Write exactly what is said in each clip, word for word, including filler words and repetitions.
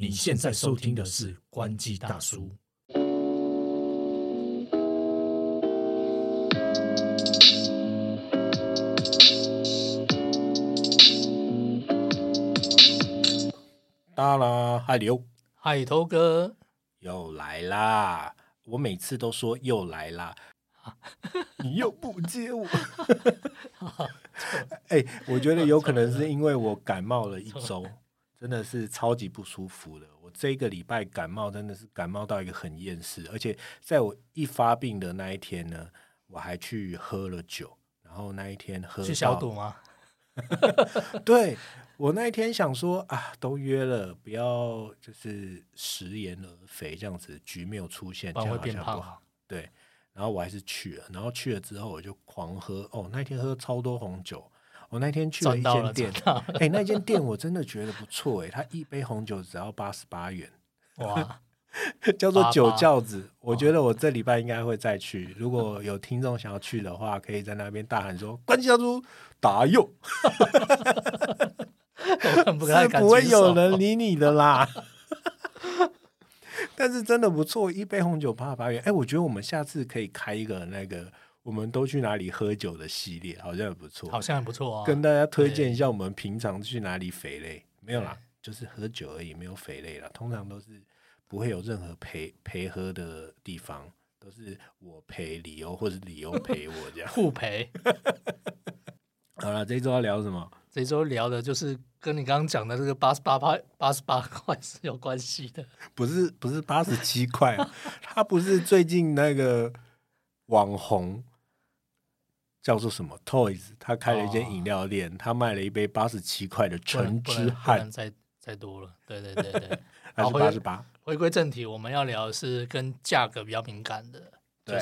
你现在收听的是关机大叔。 哒啦，嗨刘， 海头哥又来啦！我每次都说又来啦，你又不接我。哎、欸，我觉得有可能是因为我感冒了一周，真的是超级不舒服的。我这个礼拜感冒真的是感冒到一个很厌世，而且在我一发病的那一天呢，我还去喝了酒，然后那一天喝到去消毒吗？ 对，我那一天想说啊，都约了，不要就是食言而肥这样子，局没有出现，这样好像不好。对，然后我还是去了，然后去了之后我就狂喝，哦，那天喝超多红酒。我那天去了一间店，哎、欸，那间店我真的觉得不错，哎，它一杯红酒只要八十八元， 哇， 叫做酒窖子。我觉得我这礼拜应该会再去，如果有听众想要去的话，可以在那边大喊说：“关机大叔打右。”是不会有人理你的啦。但是真的不错，一杯红酒八十八元。哎，我觉得我们下次可以开一个那个我们都去哪里喝酒的系列，好像很不错， 好像很不错啊。 跟大家推荐一下我们平常去哪里肥类，没有啦，就是喝酒而已，没有肥类啦。通常都是不会有任何陪陪喝的地方，都是我陪理由，或是理由陪我这样互陪。 好了，这一周要聊什么？ 这一周聊的就是跟你刚刚讲的这个八十八块八十八块是有关系的。 不是不是八十七块，他不是最近那个网红叫做什么 Toys， 他开了一间饮料店，哦、他卖了一杯八十七块的橙汁汉， 再再多了，对对对对， 还是八十八。 回归正题，我们要聊的是跟价格比较敏感的，就是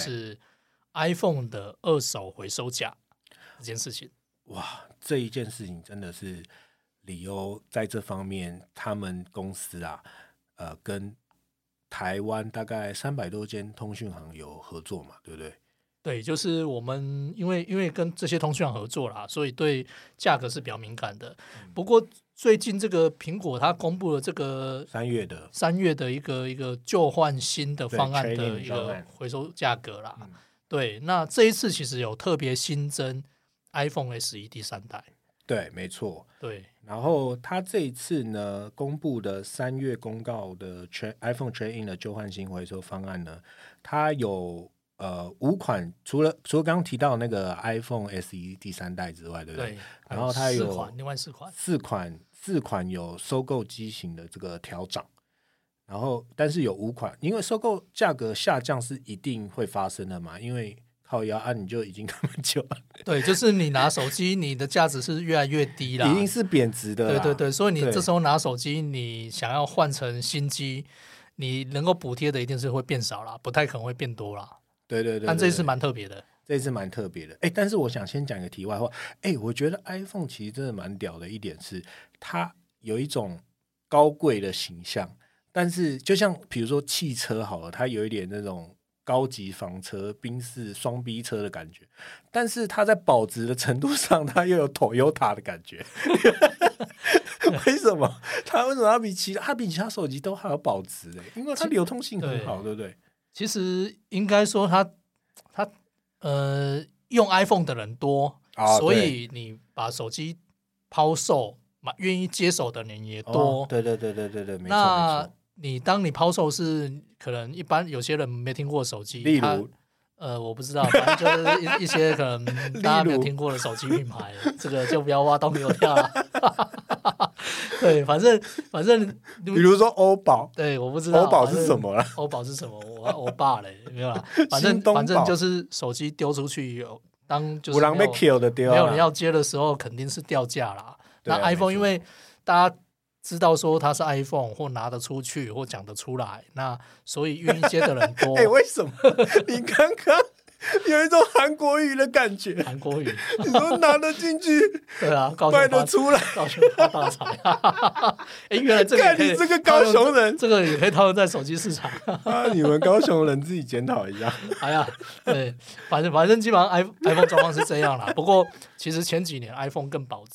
iPhone 的二手回收价这件事情。 哇，这一件事情真的是理欧在这方面，他们公司啊，呃，跟台湾大概三百多间通讯行有合作嘛，对不对？ 对，就是我们因为因为跟这些通讯行合作啦，所以对价格是比较敏感的。嗯、不过最近这个苹果它公布了这个三月的三月的一个一个旧换新的方案的一个回收价格啦。嗯、对，那这一次其实有特别新增 iPhone S E 第三代。 对，没错。 对， 然后他这一次呢公布的三月公告的 iPhone Trade-in 的旧换新回收方案呢，它有呃五款，除了除了刚刚提到那个 iPhone S E 第三代之外，对不对？ 对。 然后它有四款，另外四款， 四款四款有收购机型的这个调涨，然后但是有五款，因为收购价格下降是一定会发生的嘛，因为靠腰啊，你就已经那么久了。 对，就是你拿手机，你的价值是越来越低啦， 一定是贬值的啦。 对对对，所以你这时候拿手机，你想要换成新机，你能够补贴的一定是会变少啦，不太可能会变多啦。 对对 对, 对, 对， 但这一次蛮特别的， 这一次蛮特别的。哎，但是我想先讲一个题外话。哎，我觉得 iPhone 其实真的蛮屌的一点是，它有一种高贵的形象，但是就像比如说汽车好了，它有一点那种高级房车、宾士双 B 车的感觉，但是它在保值的程度上，它又有 Toyota 的感觉。为什么？它为什么它比其他它比其他手机都还要保值嘞？因为它流通性很好， 对, 对不对？ 其实应该说它，它呃用 iPhone 的人多，啊、所以你把手机抛售，愿意接手的人也多。 哦、对对对对对对，没错那没错。 你当你抛售是可能一般有些人没听过手机， 例如呃我不知道，反正就是一, 一些可能大家没有听过的手机品牌，这个就不要挖洞给我跳了。对，反正反正比如说欧宝， 对，我不知道欧宝是什么啦？ 欧宝是什么？我我爸嘞，没有啦。反正反正就是手机丢出去有当就是没有, 被 kill 的丢， 没有人要接的时候，肯定是掉价啦。那 iPhone 因为大家知道说它是 iPhone 或拿得出去或讲得出来，那所以愿意接的人多。 哎、欸，为什么？你刚刚有一种韩国语的感觉。 韩国语， 你说拿得进去， 对啊， 卖得出来， 高雄发大财。哎，原来这个看你这个高雄人， 这个也可以套用在手机市场。 啊，你们高雄人自己检讨一下。 哎呀，对，反正反正基本上 iPhone 状况是这样啦。不过其实前几年 iPhone 更保值。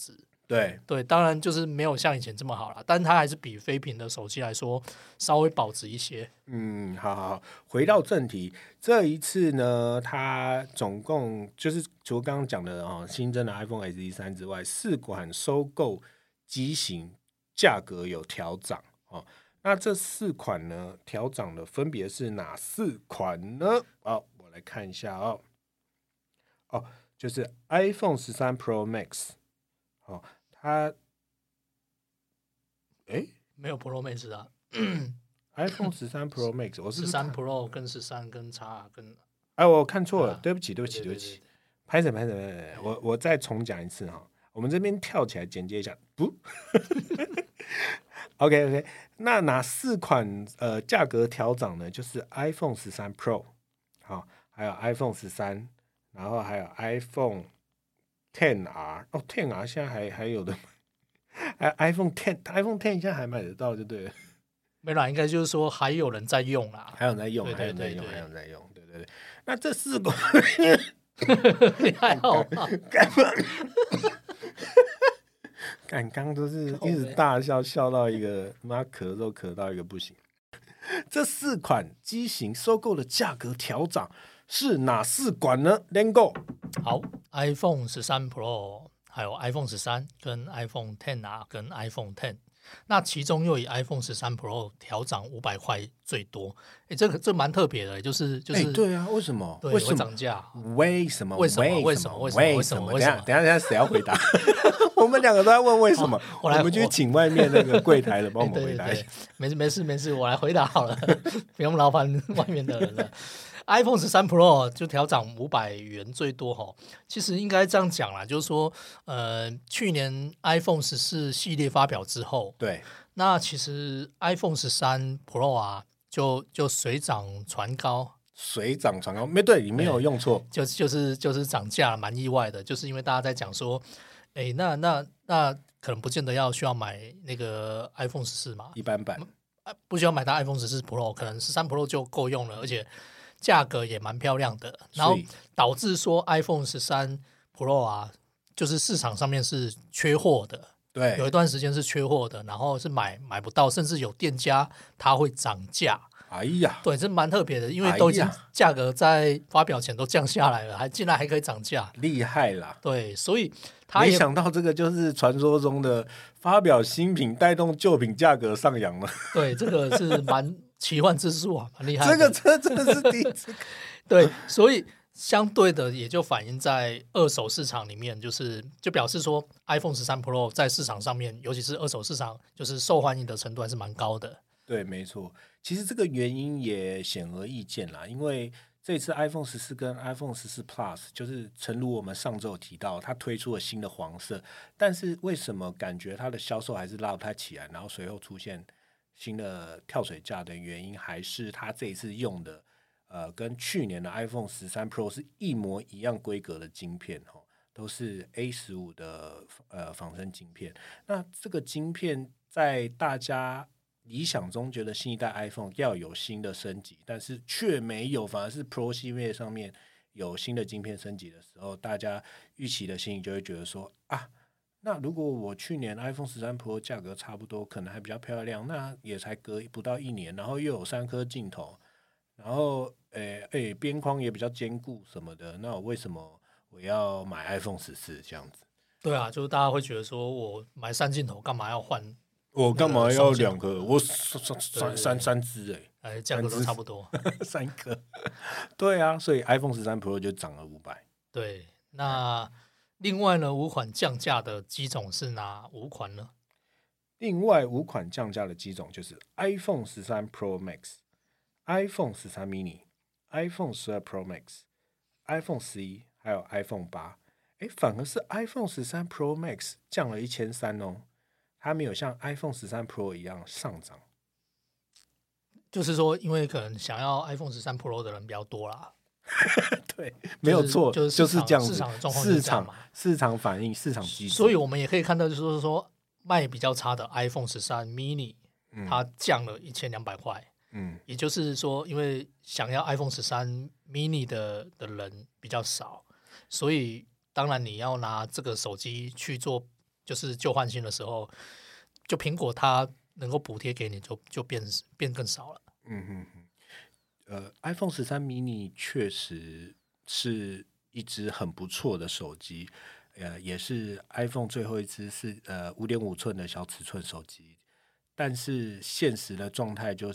对对，当然就是没有像以前这么好了，但它还是比非屏的手机来说稍微保值一些。 嗯，好好好，回到正题，这一次呢，它总共就是除了刚刚讲的哦，新增的 iPhone S E 三之外，四款收购机型价格有调涨哦。那这四款呢，调涨的分别是哪四款呢？好，我来看一下哦。哦，就是 iPhone 十三 Pro Max， 哦，它，哎， 没有 Pro Max 啊 iPhone 十三 Pro Max， 我是十三 Pro 跟十三跟 X 跟， 哎，我看错了， 啊、 对不起，对不起， 对对不起，拍手拍手，我我再重讲一次哈，我们这边跳起来简介一下，不，OK OK， 那哪四款呃价格调涨呢？就是 iPhone 十三 Pro， 好，还有 iPhone 十三，然后还有 iPhone X R， 哦 ，X R 现在还还有的买，还 iPhone X，iPhone X 现在还买得到就对了。 没啦，应该就是说还有人在用啦， 还有人在用， 对还有人在用， 对对还有人在用，对对对。那这四个你还好吗？ 刚刚都是一直大笑，笑到一个妈咳嗽咳到一个不行。这四款机型收购的价格调涨是哪四款呢 ？Lengo 好 ，iPhone 十三 Pro， 还有 iPhone 十三跟 iPhone X R 跟 iPhone X。那其中又以 iPhone 十三 Pro 调涨五百块最多，哎，这个这蛮特别的，就是就是、 欸，对啊，为什么？ 对， 为什么会涨价？ 为什么？ 为什么？ 为什么？ 为什么？ 为什么？ 为什么？ 等下等下等下谁要回答？我们两个都在问为什么。 我来， 我们去请外面那个柜台的帮我们回答一下。 没事没事没事，我来回答好了，不用劳烦外面的人了。iPhone 十三 Pro 就调涨五百元最多哈，其实应该这样讲啦，就是说，呃，去年 iPhone 十四系列发表之后， 对， 那其实 iPhone 十三 Pro 啊，就就水涨船高， 水涨船高，没对，你没有用错， 就就是就是涨价，蛮意外的，就是因为大家在讲说，哎，那那那可能不见得要需要买那个 iPhone 十四嘛， 一般版， 不需要买到 iPhone 十四 Pro， 可能十三 Pro 就够用了，而且价格也蛮漂亮的，然后导致说 iPhone 十三 Pro 啊，就是市场上面是缺货的， 对， 有一段时间是缺货的，然后是买买不到，甚至有店家它会涨价。 哎呀， 对，这蛮特别的，因为都已经价格在发表前都降下来了，还竟然还可以涨价， 厉害啦！ 对，所以他也没想到这个就是传说中的发表新品带动旧品价格上扬了。 对，这个是蛮奇幻之术啊，蛮厉害的。 这个这真的是第一次。 对，所以相对的也就反映在二手市场里面，就是就表示说 iPhone 十三 Pro 在市场上面，尤其是二手市场，就是受欢迎的程度还是蛮高的。 对，没错。其实这个原因也显而易见啦，因为这次 iPhone 十四跟 iPhone 十四 Plus， 就是诚如我们上周有提到，它推出了新的黄色，但是为什么感觉它的销售还是拉不太起来，然后随后出现新的跳水价的原因，还是它这一次用的呃跟去年的 iPhone 十三 Pro 是一模一样规格的晶片哦，都是 A 十五 的呃仿生晶片。那这个晶片在大家理想中觉得新一代 iPhone 要有新的升级，但是却没有，反而是 Pro 系列上面有新的晶片升级的时候，大家预期的心理就会觉得说啊，那如果我去年 iPhone 十三 Pro 价格差不多，可能还比较漂亮，那也才隔不到一年，然后又有三颗镜头，然后诶诶边框也比较坚固什么的，那我为什么我要买 iPhone 十四这样子？ 对啊，就是大家会觉得说我买三镜头干嘛要换？ 我干嘛要两个？我三三三三只哎， 哎，价格都差不多， 三个。对啊，所以 iPhone 十三 Pro 就涨了五百。 对，那另外呢，五款降价的机种是哪五款呢？ 另外五款降价的机种就是 iPhone 十三 Pro Max、iPhone 十三 mini、iPhone 十二 Pro Max、iPhone 十一，还有 iPhone 八。哎，反而是 iPhone 十三 Pro Max 降了一千三哦。它没有像 iPhone 十三 Pro 一样上涨， 就是说，因为可能想要 iPhone 十三 Pro 的人比较多啦。 对，没有错， 就是就是这样子。 市场的状况市场市场反应，市场机制。 所以我们也可以看到，就是说卖比较差的 iPhone 十三 mini，、嗯、它降了一千两百块。嗯，也就是说，因为想要 iPhone 十三 mini 的的人比较少，所以当然你要拿这个手机去做。 就是旧换新的时候，就苹果它能够补贴给你就就变变更少了。 嗯哼哼，呃 ，iPhone 十三 mini 确实是一只很不错的手机，呃，也是 iPhone 最后一只是呃五点五寸的小尺寸手机。但是现实的状态就是，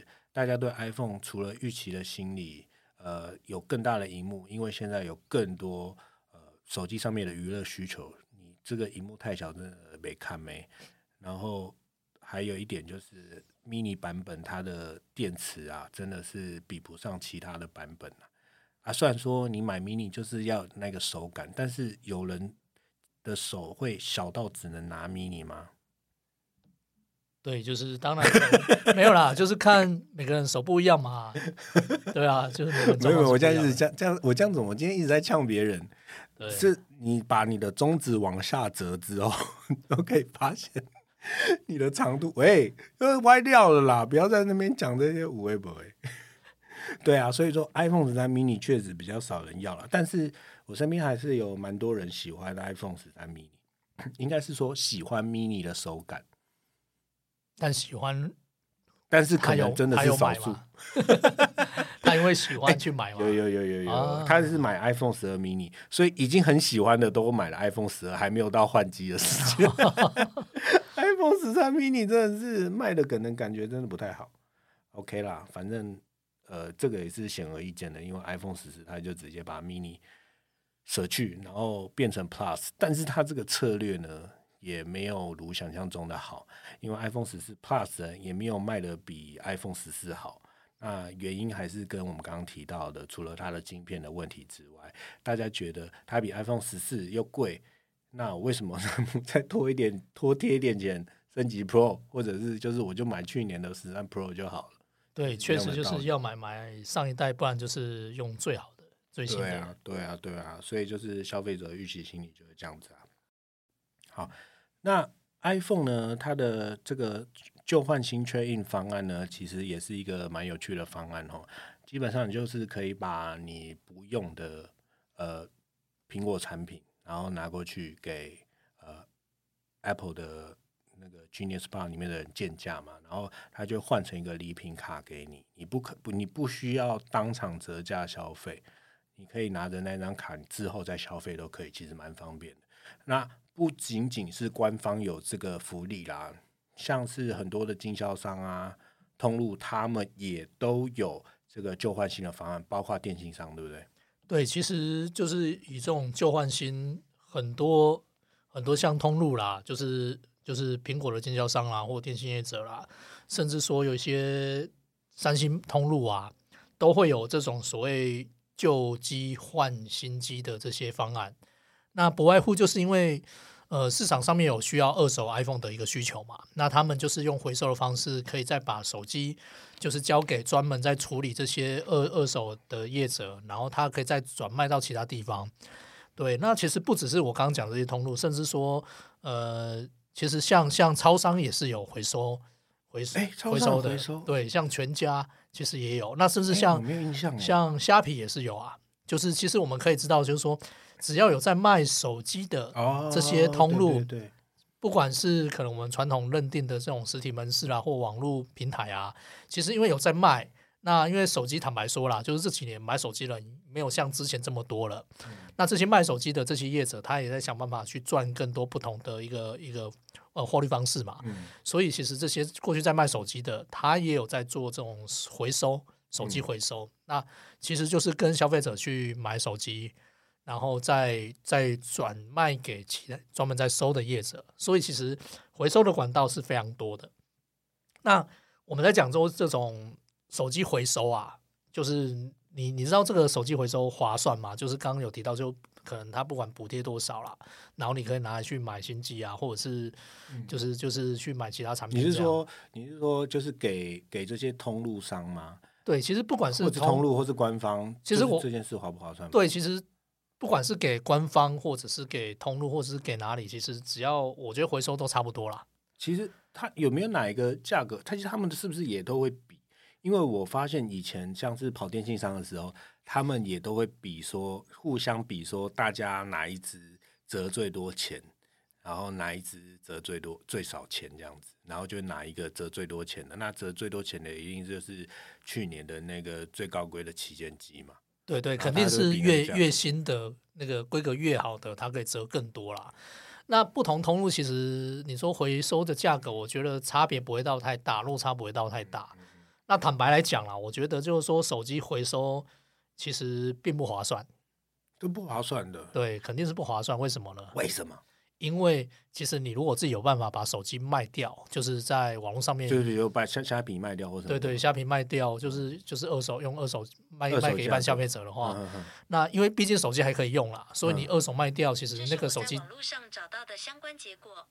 大家对 iPhone 除了预期的心理，呃，有更大的荧幕，因为现在有更多呃手机上面的娱乐需求，你这个荧幕太小，真的没看没。然后还有一点就是 mini 版本它的电池啊，真的是比不上其他的版本啊。啊，虽然说你买 mini 就是要那个手感，但是有人的手会小到只能拿 mini 吗？ 对，就是当然没有啦，就是看每个人手不一样嘛。对啊，就是每个人没有，我这样一直这这样这样，我这样子，我今天一直在呛别人。是你把你的中指往下折之后，都可以发现你的长度，喂，又歪掉了啦！不要在那边讲这些无谓不谓。对啊，所以说 iPhone 十三 mini 确实比较少人要了，但是我身边还是有蛮多人喜欢 iPhone 十三 mini， 应该是说喜欢 mini 的手感。 但喜欢， 但是可能真的是少数。 他因为喜欢去买吗？ 有有有有有，啊、他是买 iPhone 十二 mini， 所以已经很喜欢的都买了 iPhone 十二，还没有到换机的时间。iPhone 十三 mini 真的是卖的可能感觉真的不太好。OK 啦，反正呃这个也是显而易见的，因为 iPhone 十四它就直接把 mini 舍去，然后变成 Plus， 但是它这个策略呢？也没有如想象中的好，因为 iPhone 十四 Plus 也没有卖的比 iPhone 十四好。那原因还是跟我们刚刚提到的，除了它的晶片的问题之外，大家觉得它比 iPhone 十四又贵，那为什么再拖一点、拖贴一点钱升级 Pro， 或者是就是我就买去年的十三 Pro 就好了？ 对，确实就是要买买上一代，不然就是用最好的、最新的。 对啊，对啊，对啊，所以就是消费者预期心理就是这样子啊。好，那 iPhone 呢？它的这个旧换新 trade in 方案呢，其实也是一个蛮有趣的方案哦。基本上你就是可以把你不用的呃苹果产品，然后拿过去给呃 Apple 的那个 Genius Bar 里面的人鉴价嘛，然后他就换成一个礼品卡给你，你不可不你不需要当场折价消费，你可以拿着那张卡，你之后再消费都可以，其实蛮方便的。那不仅仅是官方有这个福利啦，像是很多的经销商啊、通路，他们也都有这个旧换新的方案，包括电信商，对不对？ 对，其实就是以这种旧换新，很多很多像通路啦，就是就是苹果的经销商啦，或电信业者啦，甚至说有一些三星通路啊，都会有这种所谓旧机换新机的这些方案。那不外乎就是因为呃市场上面有需要二手 iPhone 的一个需求嘛，那他们就是用回收的方式，可以再把手机就是交给专门在处理这些二二手的业者，然后他可以再转卖到其他地方。对，那其实不只是我刚刚讲的这些通路，甚至说呃，其实像像超商也是有回收回收、欸、回收的，对，像全家其实也有，那甚至像、 欸、没有印象像虾皮也是有啊。就是其实我们可以知道，就是说，只要有在卖手机的这些通路， 哦、对对对， 不管是可能我们传统认定的这种实体门市啦，或网络平台啊，其实因为有在卖，那因为手机坦白说啦，就是这几年买手机的人没有像之前这么多了，嗯、那这些卖手机的这些业者，他也在想办法去赚更多不同的一个一个呃获利方式嘛，嗯、所以其实这些过去在卖手机的，他也有在做这种回收。手机回收、嗯，那其实就是跟消费者去买手机，然后再再转卖给其他专门在收的业者，所以其实回收的管道是非常多的。那我们在讲说这种手机回收啊，就是你你知道这个手机回收划算吗？就是刚刚有提到，就可能它不管补贴多少啦，然后你可以拿来去买新机啊，或者是就是就是去买其他产品。 你是说你是说就是给给这些通路商吗？ 对，其实不管是或者通路或是官方， 其实我、 就是、这件事划不划算？ 对，其实不管是给官方，或者是给通路，或者是给哪里，其实只要我觉得回收都差不多啦。 其实它有没有哪一个价格？它其实他们是不是也都会比？因为我发现以前像是跑电信商的时候，他们也都会比说，互相比说大家哪一支折最多钱。 然后哪一只折最多最少钱这样子，然后就哪一个折最多钱的，那折最多钱的一定就是去年的那个最高规的旗舰机嘛。 对对，肯定是越越新的那个规格越好的，它可以折更多啦。那不同通路其实你说回收的价格，我觉得差别不会到太大，落差不会到太大。嗯嗯嗯，那坦白来讲啦，我觉得就是说手机回收其实并不划算， 都不划算的。 对，肯定是不划算。为什么呢？ 为什么？ 因为其实你如果自己有办法把手机卖掉，就是在网络上面， 就是有把虾虾皮卖掉或什么， 对对，虾皮卖掉，就是就是二手用二手卖卖给一般消费者的话， 嗯嗯， 那因为毕竟手机还可以用啦，所以你二手卖掉，其实那个手机网络上找到的相关结果。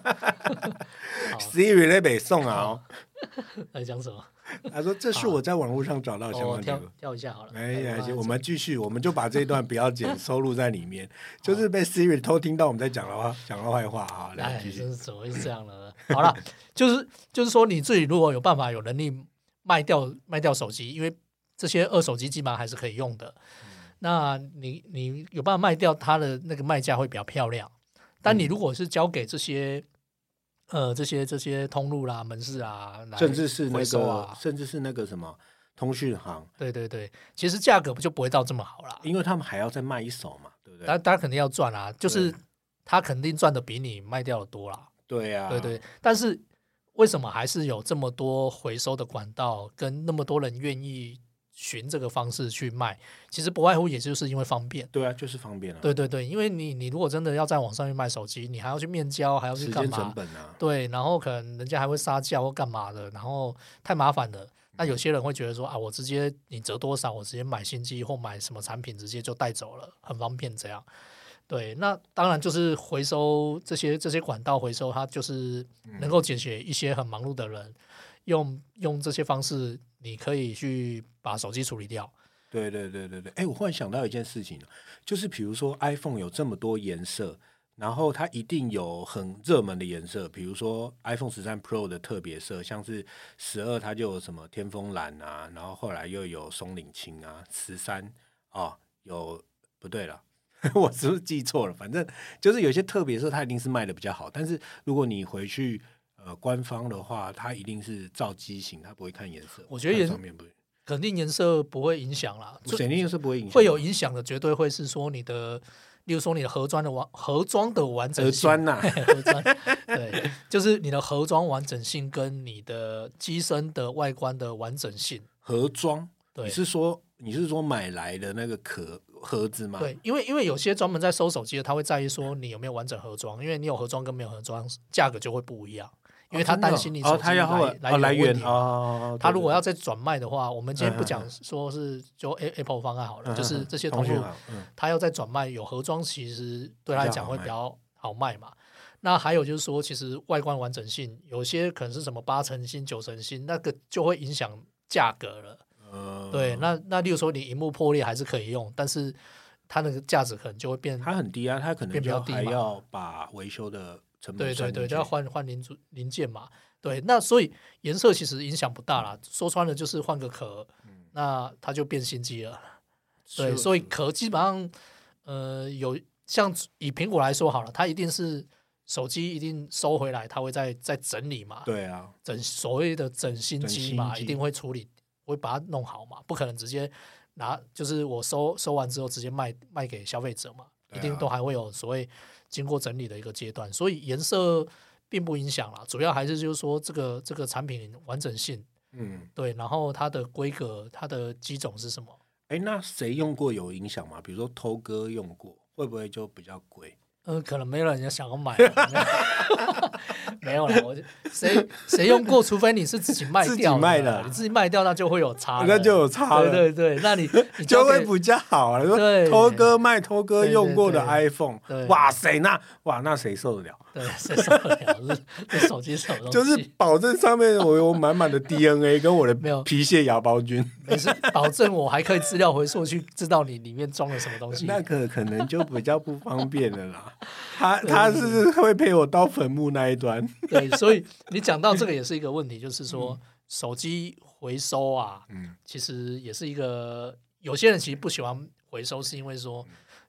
Siri 在北宋啊、哦， 在讲什么？ 他说：“这是我在网络上找到相关结果。 哦”跳一下好了。 没关系，我们继续，我们就把这一段不要剪，收录在里面。就是被 Siri 偷听到我们在讲的话，讲的坏话啊。 哎，真是怎么会是这样呢？好了，就是就是说，你自己如果有办法有能力卖掉卖掉手机，因为这些二手机基本上还是可以用的。嗯、那你你有办法卖掉它的那个卖价会比较漂亮。但你如果是交给这些。呃，这些这些通路啦、门市啊， 甚至是那个， 啊、 甚至是那个什么通讯行， 对对对，其实价格不就不会到这么好啦， 因为他们还要再卖一手嘛，对不对？ 大大家肯定要赚啊，就是他肯定赚的比你卖掉的多啦。 对啊， 对对，但是为什么还是有这么多回收的管道，跟那么多人愿意循这个方式去卖？其实不外乎也就是因为方便。 对啊，就是方便啊。 对对对，因为你你如果真的要在网上面卖手机，你还要去面交，还要去干嘛？ 时间成本啊。 对，然后可能人家还会杀价或干嘛的，然后太麻烦了。那有些人会觉得说啊，我直接你折多少，我直接买新机或买什么产品，直接就带走了，很方便这样。对，那当然就是回收这些这些管道回收，它就是能够解决一些很忙碌的人，用用这些方式，你可以去把手机处理掉。 对对对对对，哎，我忽然想到一件事情，就是比如说 iPhone 有这么多颜色，然后它一定有很热门的颜色，比如说 iPhone 十三 Pro 的特别色，像是十二它就有什么天枫蓝啊，然后后来又有松岭青啊，十三哦有不对了，我是不是记错了？反正就是有些特别色它一定是卖的比较好，但是如果你回去呃官方的话，它一定是照机型，它不会看颜色。 我觉得也上面不会。 肯定颜色不会影响啦， 肯定是不会影响， 会有影响的，绝对会是说你的，例如说你的盒装的完盒装的完整性， 盒装呐， 盒装，对，就是你的盒装完整性跟你的机身的外观的完整性。 盒装， 对， 你是说你是说买来的那个壳盒子吗？ 对，因为因为有些专门在收手机的，他会在意说你有没有完整盒装，因为你有盒装跟没有盒装，价格就会不一样。因为他担心你手机来、 哦来来源哦， 哦， 他如果要再转卖的话，我们今天不讲说是就 Apple 方案好了， 嗯、 就是这些通路， 嗯、 他要再转卖有盒装，其实对他来讲会比较好卖嘛。那还有就是说，其实外观完整性，有些可能是什么八成新、九成新，那个就会影响价格了。 呃、 对，那那例如说你萤幕破裂还是可以用，但是它那个价值可能就会变， 它很低啊，它可能就还要把维修的。 对对对，就要换换零组零件嘛。对，那所以颜色其实影响不大啦。嗯、说穿了就是换个壳，嗯、那它就变新机了。对，所以壳基本上，呃，有像以苹果来说好了，它一定是手机一定收回来，它会再再整理嘛。 对啊， 整所谓的整新机嘛， 机一定会处理，会把它弄好嘛，不可能直接拿，就是我收收完之后直接卖卖给消费者嘛，一定都还会有所谓。经过整理的一个阶段，所以颜色并不影响啦，主要还是就是说这个这个产品完整性，嗯，对，然后它的规格、它的机种是什么？ 哎，那谁用过有影响吗？比如说偷哥用过，会不会就比较贵？ 呃，可能没有人想要买，没有了。我谁谁用过，除非你是自己卖掉的， 自己卖的， 你自己卖掉那就会有差， 那就有差了。 对对对，那你你就会比较好啊。说偷哥卖偷哥用过的 iPhone， 哇塞，那哇那谁受得了？ 对，谁受得了？这手机什么东西？ 就是保证上面我有满满的 D N A 跟我的皮屑芽孢菌， 没事，保证我还可以资料回溯去知道你里面装了什么东西。 那可可能就比较不方便了啦。他他是会陪我到坟墓那一端。 对，所以你讲到这个也是一个问题，就是说、嗯、手机回收啊，嗯，其实也是一个有些人其实不喜欢回收，是因为说。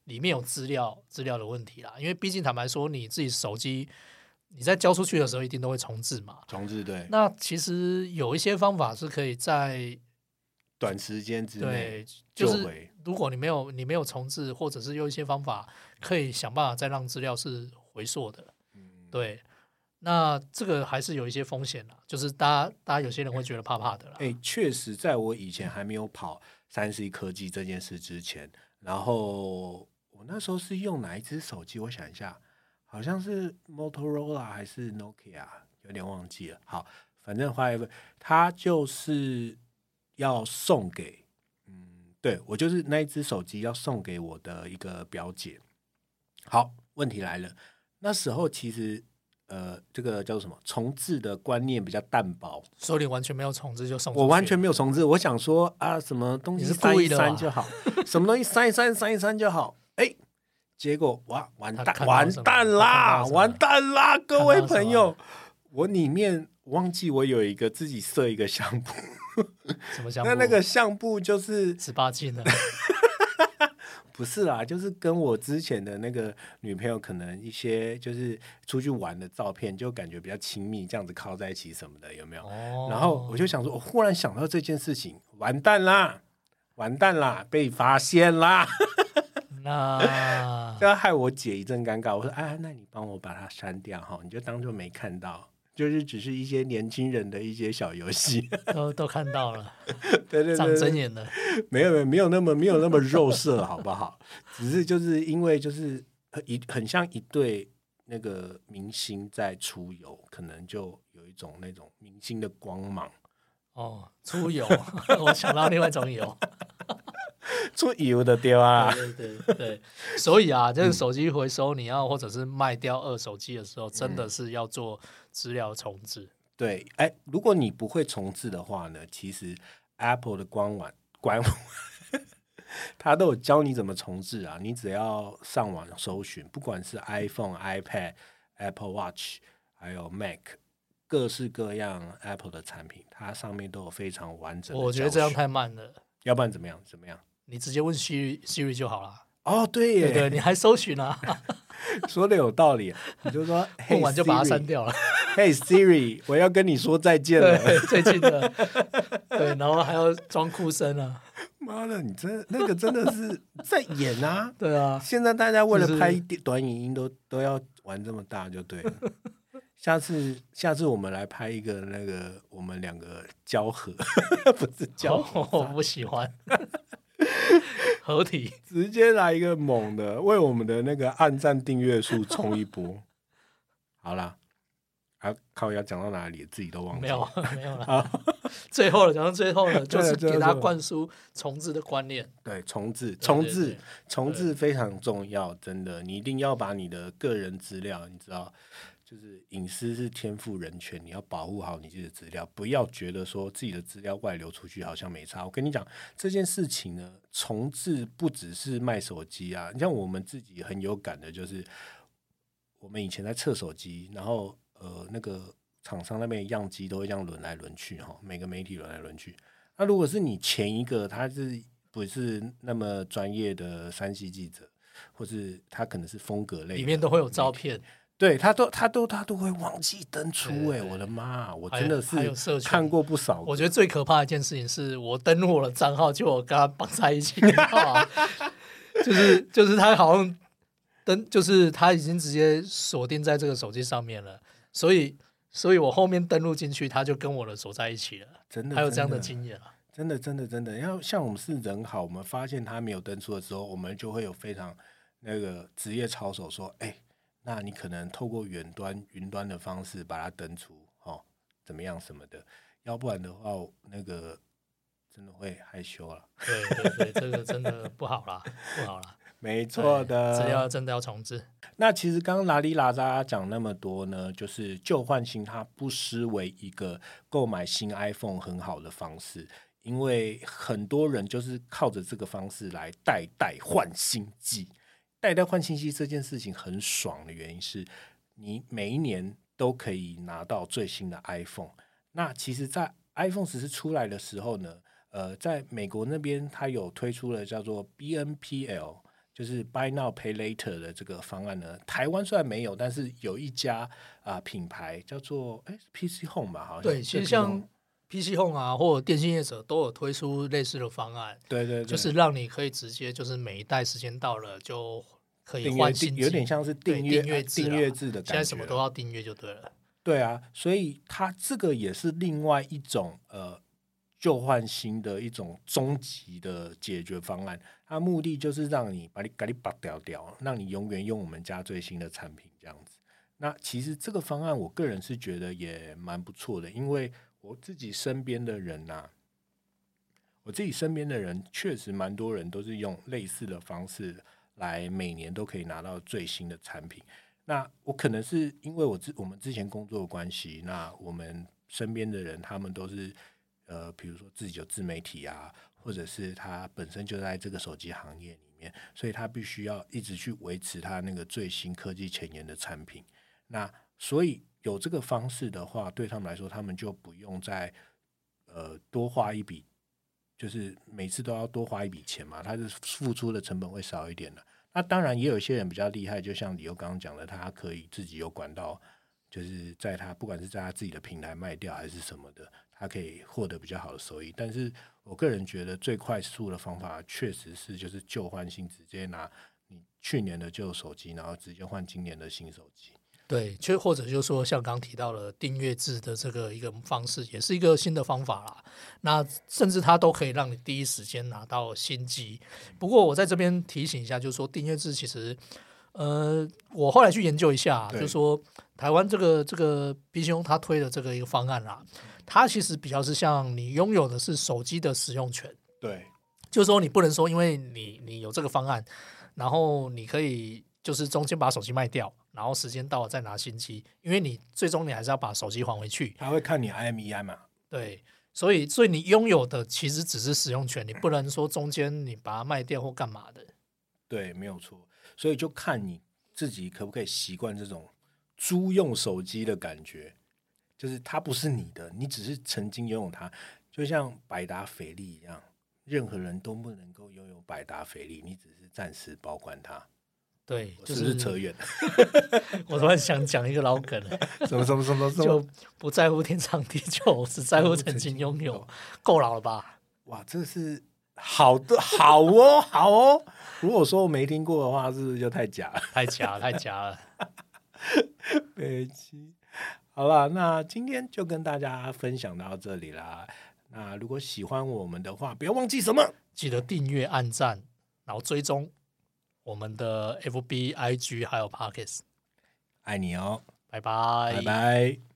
里面有资料资料的问题啦。因为毕竟坦白说，你自己手机你在交出去的时候一定都会重置嘛。 重置对。 那其实有一些方法是可以在短时间之内就是救回。 如果你没有你没有重置，或者是用一些方法可以想办法再让资料是回溯的。 嗯， 对。那这个还是有一些风险啦，就是大家大家有些人会觉得怕怕的啦。 哎、确实，在我以前还没有跑三 C 科技这件事之前，然后我那时候是用哪一只手机？我想一下，好像是 Motorola 还是 Nokia， 有点忘记了。好，反正 whatever， 它就是要送给，嗯，对我就是那一只手机要送给我的一个表姐。好，问题来了，那时候其实。呃，这个叫做什么重置的观念比较淡薄， 所以你完全没有重置就送出去， 我完全没有重置。我想说啊，什么东西删一删就好，什么东西删一删删一删就好。哎，结果哇，完蛋，完蛋啦，完蛋啦！各位朋友，我里面忘记我有一个自己设一个相簿， 什么相簿？ 那那个相簿就是十八禁的。 不是啦，就是跟我之前的那个女朋友可能一些就是出去玩的照片，就感觉比较亲密，这样子靠在一起什么的，有没有？哦、然后我就想说，我忽然想到这件事情，完蛋啦，完蛋啦，被发现啦！ 那这要害我姐一阵尴尬。我说，哎，那你帮我把它删掉哈，你就当做没看到。就是只是一些年轻人的一些小游戏， 都都看到了， 对对对， 长真眼了， 没有没有没有那么没有那么肉色，好不好？只是就是因为就是一很像一对那个明星在出游，可能就有一种那种明星的光芒。 哦，出游，我想到另外一种油。 出油的丢啊， 对对对对，所以啊，这个手机回收，你要或者是卖掉二手机的时候，真的是要做资料重置。 对，哎，如果你不会重置的话呢，其实 Apple 的官网官网它都有教你怎么重置啊。你只要上网搜寻，不管是 iPhone、iPad、Apple Watch， 还有 Mac， 各式各样 Apple 的产品，它上面都有非常完整的。 我觉得这样太慢了， 要不然怎么样？怎么样？ 你直接问 Siri Siri 就好了。 哦，对耶， 对对，你还搜寻啊？ 说的有道理，你就说问完就把它删掉了。 Hey Siri， 我要跟你说再见了。 对，最近的，对，然后还要装哭声啊。 妈的，你真那个真的是在演啊！ 对啊， 现在大家为了拍短影音都都要玩这么大，就对了。下次下次我们来拍一个那个我们两个交合，不是交合， 哦，我不喜欢。合体直接来一个猛的，为我们的那个按赞订阅数冲一波。好啦，啊靠，要讲到哪里自己都忘记， 没有没有了。最后了，讲到最后了，就是给大家灌输重置的观念。 对，重置，重置，重置非常重要，真的，你一定要把你的个人资料，你知道。就是隐私是天赋人权，你要保护好你自己的资料，不要觉得说自己的资料外流出去好像没差。我跟你讲这件事情呢，重置不只是卖手机啊，你像我们自己很有感的，就是我们以前在测手机，然后呃那个厂商那边的样机都会这样轮来轮去哈，每个媒体轮来轮去。那如果是你前一个他是不是那么专业的三 C 记者，或是他可能是风格类的， 里面都会有照片。 对他都他都他都会忘记登出哎、欸，我的妈！我真的是看过不少。 我觉得最可怕的一件事情是我登录我的账号，就我跟他绑在一起，就是就是他好像登，就是他已经直接锁定在这个手机上面了，所以所以我后面登录进去，他就跟我的锁在一起了。 真的， 还有这样的经验啊！ 真的真的真的，要像我们是人好，我们发现他没有登出的时候，我们就会有非常那个职业操守说，哎、欸。那你可能透过远端、云端的方式把它登出，哦，怎么样什么的，要不然的话，那个真的会害羞了。 对对对，这个真的不好啦，不好啦。 没错的， 资料真的要重置。 那其实刚刚拉里拉扎讲那么多呢，就是旧换新，它不失为一个购买新 iPhone 很好的方式，因为很多人就是靠着这个方式来代代换新机。代代换新机这件事情很爽的原因是，你每一年都可以拿到最新的 iPhone。那其实，在 iPhone 十四出来的时候呢，呃，在美国那边它有推出了叫做 B N P L， 就是 Buy Now Pay Later 的这个方案呢，台湾虽然没有，但是有一家啊、呃、品牌叫做哎 P C Home 吧，好像对，其实像 P C Home 啊，或者电信业者都有推出类似的方案， 对对对， 就是让你可以直接就是每一代时间到了就可以订阅换新机， 有点像是订阅订阅制订阅制的感觉， 现在什么都要订阅就对了。 对啊，所以它这个也是另外一种呃旧换新的一种终极的解决方案。它目的就是让你把你把你拔掉掉，让你永远用我们家最新的产品这样子。那其实这个方案，我个人是觉得也蛮不错的，因为我自己身边的人呐、啊，我自己身边的人确实蛮多人都是用类似的方式来每年都可以拿到最新的产品。那我可能是因为我之我们之前工作的关系，那我们身边的人他们都是呃，比如说自己有自媒体啊，或者是他本身就在这个手机行业里面，所以他必须要一直去维持他那个最新科技前沿的产品。那所以有这个方式的话，对他们来说，他们就不用再呃多花一笔，就是每次都要多花一笔钱嘛，他的付出的成本会少一点的。那当然也有一些人比较厉害，就像李欧刚刚讲的，他可以自己有管道，就是在他不管是在他自己的平台卖掉还是什么的，他可以获得比较好的收益。但是我个人觉得最快速的方法确实是就是旧换新，直接拿你去年的旧手机，然后直接换今年的新手机。 对，就或者就是说像刚提到了订阅制的这个一个方式，也是一个新的方法啦。那甚至它都可以让你第一时间拿到新机。不过我在这边提醒一下，就是说订阅制其实，呃，我后来去研究一下，就是说台湾这个这个 P C Home 它推的这个一个方案啦，它其实比较是像你拥有的是手机的使用权。 对， 就是说你不能说因为你你有这个方案，然后你可以就是中间把手机卖掉，然后时间到了再拿新机，因为你最终你还是要把手机还回去。 他会看你 I M E I 嘛？ 对，所以所以你拥有的其实只是使用权，你不能说中间你把它卖掉或干嘛的。 对，没有错。所以就看你自己可不可以习惯这种租用手机的感觉，就是它不是你的，你只是曾经拥有它，就像百达翡丽一样，任何人都不能够拥有百达翡丽，你只是暂时保管它。 对，就是是不是扯远了？ 我突然想讲一个老梗， 什么什么什么什么， 就不在乎天长地久，只在乎曾经拥有，够老了吧？ 哇，这是好的，好哦，好哦。如果说我没听过的话，是不是就太假了？ 太假了，太假了。 北七，好了，那今天就跟大家分享到这里啦。那如果喜欢我们的话，不要忘记什么， 记得订阅、按赞，然后追踪我们的 F B、I G 还有 Podcast。 爱你哦， 拜拜， 拜拜。